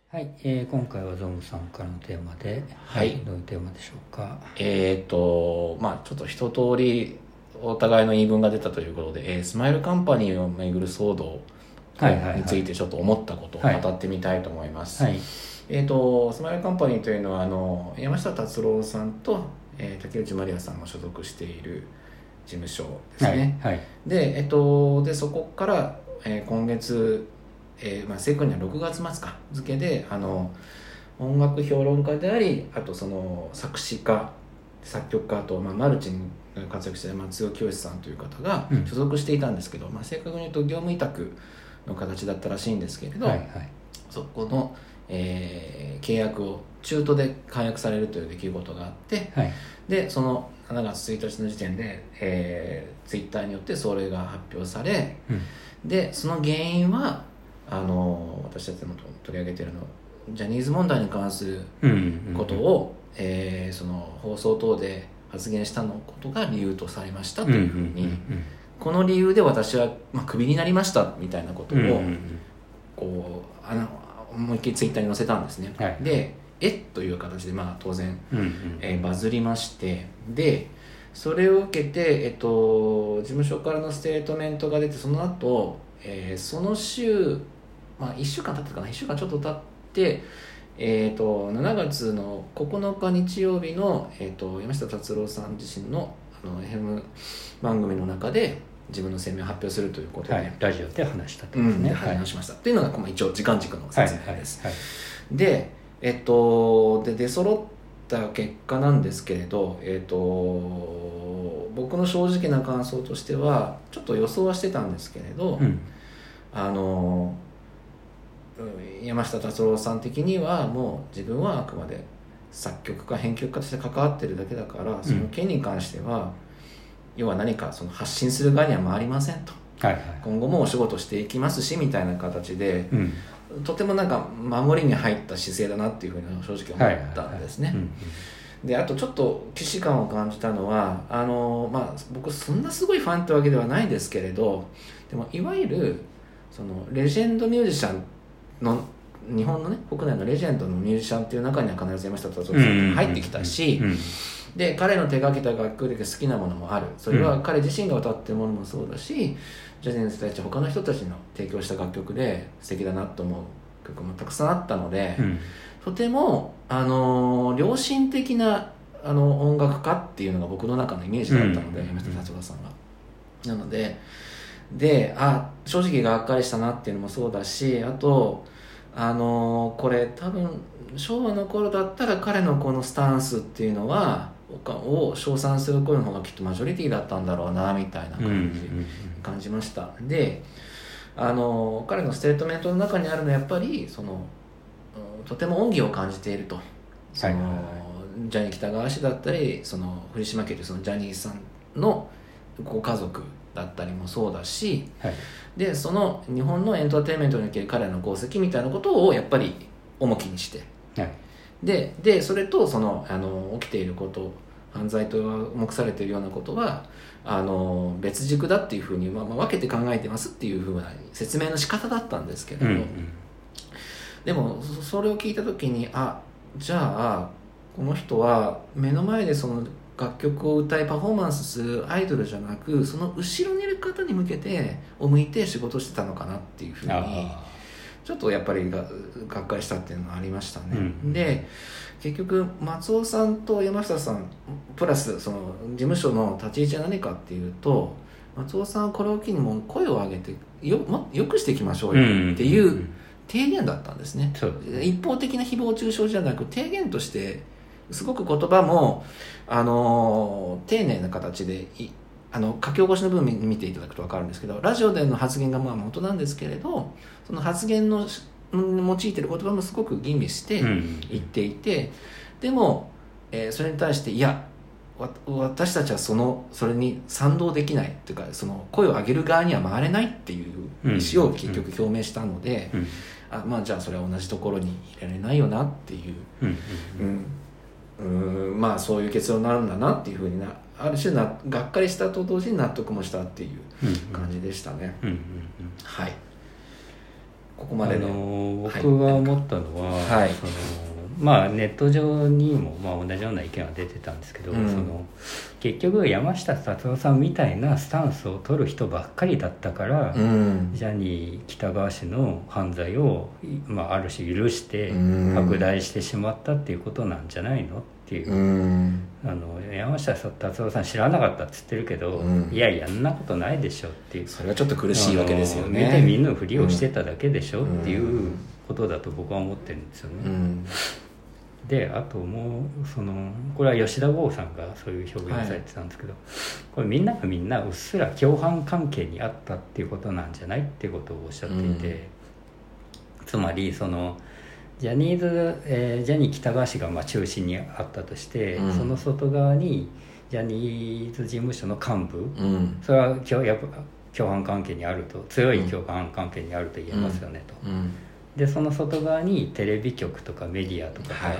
はい、今回はゾムさんからのテーマで、 はい、 どういうテーマでしょうか。 ちょっと一通りお互いの言い分が出たということで、スマイルカンパニーをめぐる騒動についてちょっと思ったことを語ってみたいと思います。 はい、 スマイルカンパニーというのは山下達郎さんと、竹内まりやさんが所属している事務所ですね。 はい、 で、でそこから、今月正確には6月末か付で音楽評論家であり、あとその作詞家作曲家と、マルチに活躍している松尾清さんという方が所属していたんですけど、正確に言うと業務委託の形だったらしいんですけれど、そこの、契約を中途で解約されるという出来事があって、でその7月1日の時点で、ツイッターによってそれが発表され、でその原因は私たちも取り上げているのジャニーズ問題に関することを、その放送等で発言したのことが理由とされましたというふうに、この理由で私は、クビになりましたみたいなことを、こう思いっきりツイッターに載せたんですね。でという形で、当然、バズりまして、でそれを受けて、事務所からのステートメントが出て、その後、その週1週間経ったかな、1週間ちょっと経って、7月の9日日曜日の、山下達郎さん自身のFM 番組の中で自分の声明を発表するということで、 ラジオで話したとですね、 話しましたというのが、一応時間軸の説明です。で、出揃った結果なんですけれど、僕の正直な感想としてはちょっと予想はしてたんですけれど、山下達郎さん的にはもう自分はあくまで作曲家編曲家として関わってるだけだから、その件に関しては、要は何かその発信する側には回りませんと、今後もお仕事していきますしみたいな形で、とてもなんか守りに入った姿勢だなっていうふうに正直思ったんですね。であとちょっと既視感を感じたのは、僕そんなすごいファンってわけではないですけれど、でもいわゆるそのレジェンドミュージシャンの日本のね、国内のレジェンドのミュージシャンっていう中には必ず山下達郎さんが入ってきたし、で彼の手がけた楽曲で好きなものもある。それは彼自身が歌ってるものもそうだし、ジャニーズたち他の人たちの提供した楽曲で素敵だなと思う曲もたくさんあったので、とても良心的な音楽家っていうのが僕の中のイメージだったので、山下達郎さんが。なので正直がっかりしたなっていうのもそうだし、あとこれ多分昭和の頃だったら彼のこのスタンスっていうのはを称賛する声の方がきっとマジョリティだったんだろうなみたいな感じました。で彼のステートメントの中にあるのはやっぱりとても恩義を感じていると、ジャニー喜多川氏だったり藤島家というそのジャニーさんのご家族だったりもそうだし、でその日本のエンターテインメントにおける彼らの功績みたいなことをやっぱり重きにして、でそれと起きていること、犯罪と目されているようなことは別軸だっていうふうに、分けて考えてますっていうふうな説明の仕方だったんですけれど、でもそれを聞いた時にじゃあこの人は目の前でその楽曲を歌いパフォーマンスするアイドルじゃなく、その後ろにいる方に向けて向いて仕事してたのかなっていうふうにちょっとやっぱりがっかりしたっていうのがありましたね。で結局松尾さんと山下さんプラスその事務所の立ち位置は何かっていうと、松尾さんはこれを機にもう声を上げてよくしていきましょうよっていう提言だったんですね。一方的な誹謗中傷じゃなく提言としてすごく言葉も丁寧な形で書き起こしの部分見ていただくと分かるんですけど、ラジオでの発言が元なんですけれど、その発言の用いている言葉もすごく吟味して言っていて、でも、それに対して私たちはそれに賛同できないというか、その声を上げる側には回れないっていう意思を結局表明したので、じゃあそれは同じところにいられないよなっていう、そういう結論になるんだなっていうふうにある種がっかりしたと同時に納得もしたっていう感じでしたね。 ここまでで、 僕が思ったのは、 はい、 まあネット上にもまあ同じような意見は出てたんですけど、結局山下達郎さんみたいなスタンスを取る人ばっかりだったから、ジャニー喜多川氏の犯罪を、まあ、ある種許して拡大してしまったっていうことなんじゃないのっていう、山下達郎さん知らなかったって言ってるけど、いやいやあんなことないでしょっていう、 それはちょっと苦しいわけですよね。 見て見ぬふりをしてただけでしょっていうことだと僕は思ってるんですよね。であともうこれは吉田剛さんがそういう表現されてたんですけど、これみんながみんなうっすら共犯関係にあったっていうことなんじゃないっていうことをおっしゃっていて、つまりジャニー喜多川氏がまあ中心にあったとして、その外側にジャニーズ事務所の幹部、それはやっぱ共犯関係にあると、強い共犯関係にあると言えますよねと。でその外側にテレビ局とかメディアとかがあって、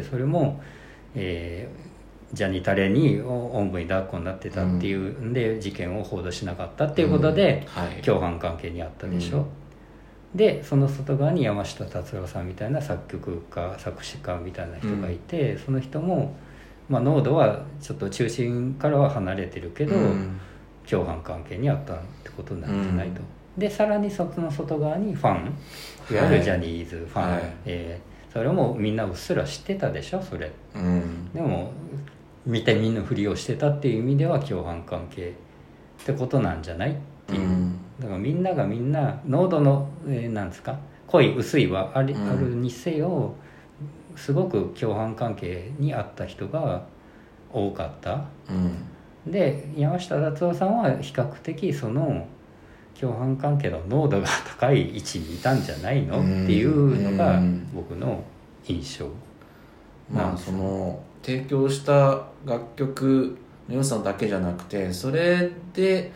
それも、ジャニタレにおんぶに抱っこになってたっていうんで、事件を報道しなかったっていうことで、共犯関係にあったでしょ、でその外側に山下達郎さんみたいな作曲家作詞家みたいな人がいて、その人も、まあ、濃度はちょっと中心からは離れてるけど、共犯関係にあったってことなんじゃないと。でさらにその外側にファン、いわゆるジャニーズファン、それもみんなうっすら知ってたでしょそれ、でも見て見ぬふりをしてたっていう意味では共犯関係ってことなんじゃないっていう、だからみんながみんな濃度の、なんですか、濃い薄いはあるにせよ、すごく共犯関係にあった人が多かった、で山下達郎さんは比較的その共犯関係の濃度が高い位置にいたんじゃないのっていうのが僕の印象。 まあ提供した楽曲の良さだけじゃなくて、それで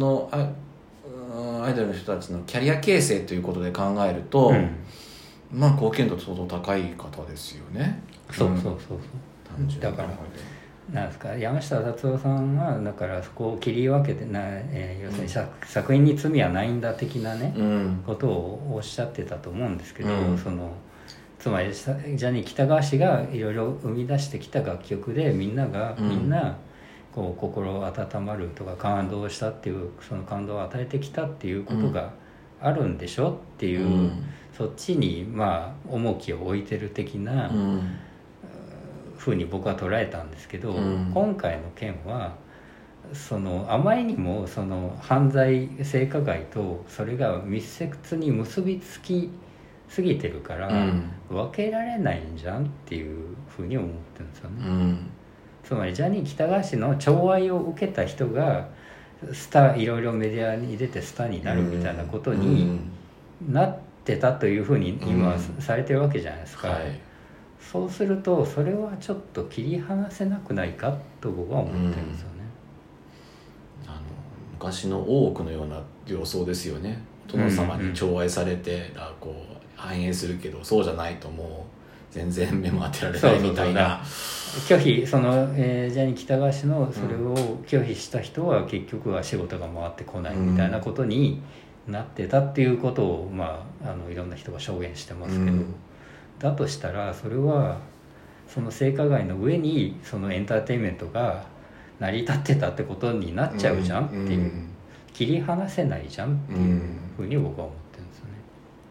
アイドルの人たちのキャリア形成ということで考えると、まあ貢献度相当高い方ですよね。 そうだからなんですか、山下達郎さんはだからそこを切り分けて要するに作品に罪はないんだ的なね、ことをおっしゃってたと思うんですけど、つまりジャニー喜多川氏がいろいろ生み出してきた楽曲でみんなこう心温まるとか感動したっていう、その感動を与えてきたっていうことがあるんでしょっていう、そっちにまあ重きを置いてる的な、ふうに僕は捉えたんですけど、今回の件はあまりにも犯罪性加害とそれが密接に結びつきすぎてるから、分けられないんじゃんっていうふうに思ってるんですよね。つまりジャニー喜多川氏の寵愛を受けた人がいろいろメディアに出てスターになるみたいなことになってたというふうに今されてるわけじゃないですか。そうするとそれはちょっと切り離せなくないかと僕は思ってるんですよね。 昔の大奥のような様相ですよね。殿様に寵愛されてこう繁栄するけど、そうじゃないともう全然目も当てられないみたいな。 拒否ジャニー喜多川氏のそれを拒否した人は結局は仕事が回ってこないみたいなことになってたっていうことを、いろんな人が証言してますけど、だとしたらそれはその性加害の上にそのエンターテインメントが成り立ってたってことになっちゃうじゃんっていう、切り離せないじゃんっていうふうに僕は思ってるんですよね。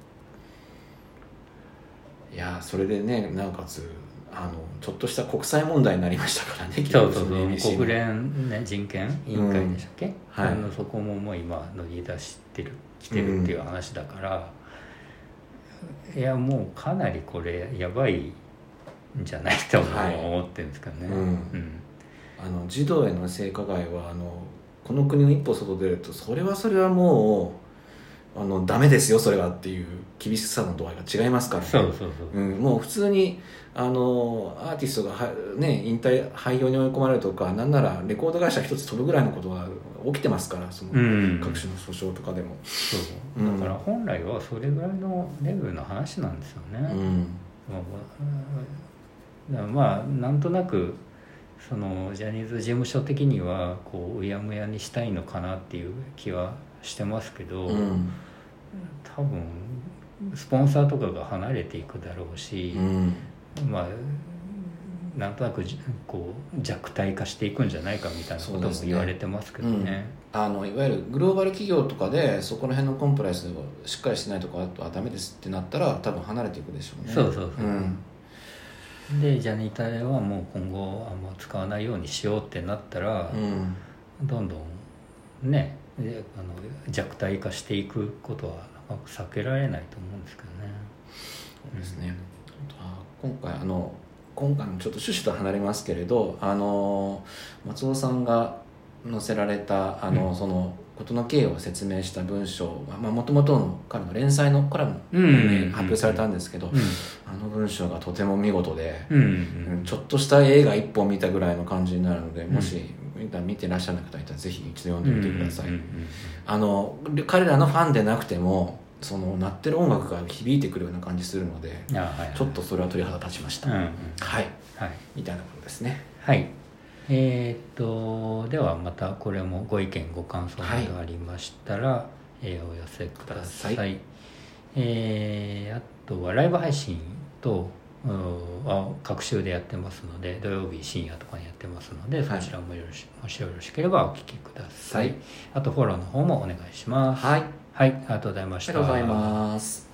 いやそれでね、なおかつちょっとした国際問題になりましたからね。 そう国連、ね、人権委員会でしたっけ、そこももう今乗り出してきてるっていう話だから、いやもうかなりこれやばいんじゃないと思ってるんですかね。 児童への性加害はこの国の一歩外出るとそれはもうダメですよそれはっていう厳しさの度合いが違いますからね。もう普通にアーティストが引退廃業に追い込まれるとか、なんならレコード会社一つ飛ぶぐらいのことが起きてますから、各種の訴訟とかでも。 だから本来はそれぐらいのレベルの話なんですよね。なんとなくジャニーズ事務所的にはこううやむやにしたいのかなっていう気はしてますけど、多分スポンサーとかが離れていくだろうし、まあなんとなくこう弱体化していくんじゃないかみたいなことも言われてますけどね。 いわゆるグローバル企業とかでそこら辺のコンプライアンスをしっかりしてないとこはダメですってなったら多分離れていくでしょうね。 そうそうそう、でジャニタレはもう今後あんま使わないようにしようってなったら、どんどんね弱体化していくことは避けられないと思うんですけどね。 そうですね、今回もちょっと趣旨と離れますけれど、松尾さんが載せられたその事の経緯を説明した文章がもともとの彼の連載のコラムに発表されたんですけど、あの文章がとても見事で、ちょっとした映画一本見たぐらいの感じになるので、もし見てらっしゃらない方いたらぜひ一度読んでみてください。彼らのファンでなくてもその鳴ってる音楽が響いてくるような感じするので、ちょっとそれは鳥肌立ちました。みたいなことですね。 はい。ではまたこれもご意見ご感想などありましたら、お寄せください。あとはライブ配信と各週でやってますので、土曜日深夜とかにやってますので、そちらももしよろしければお聞きください。あとフォローの方もお願いします。はい、ありがとうございました。 ありがとうございます。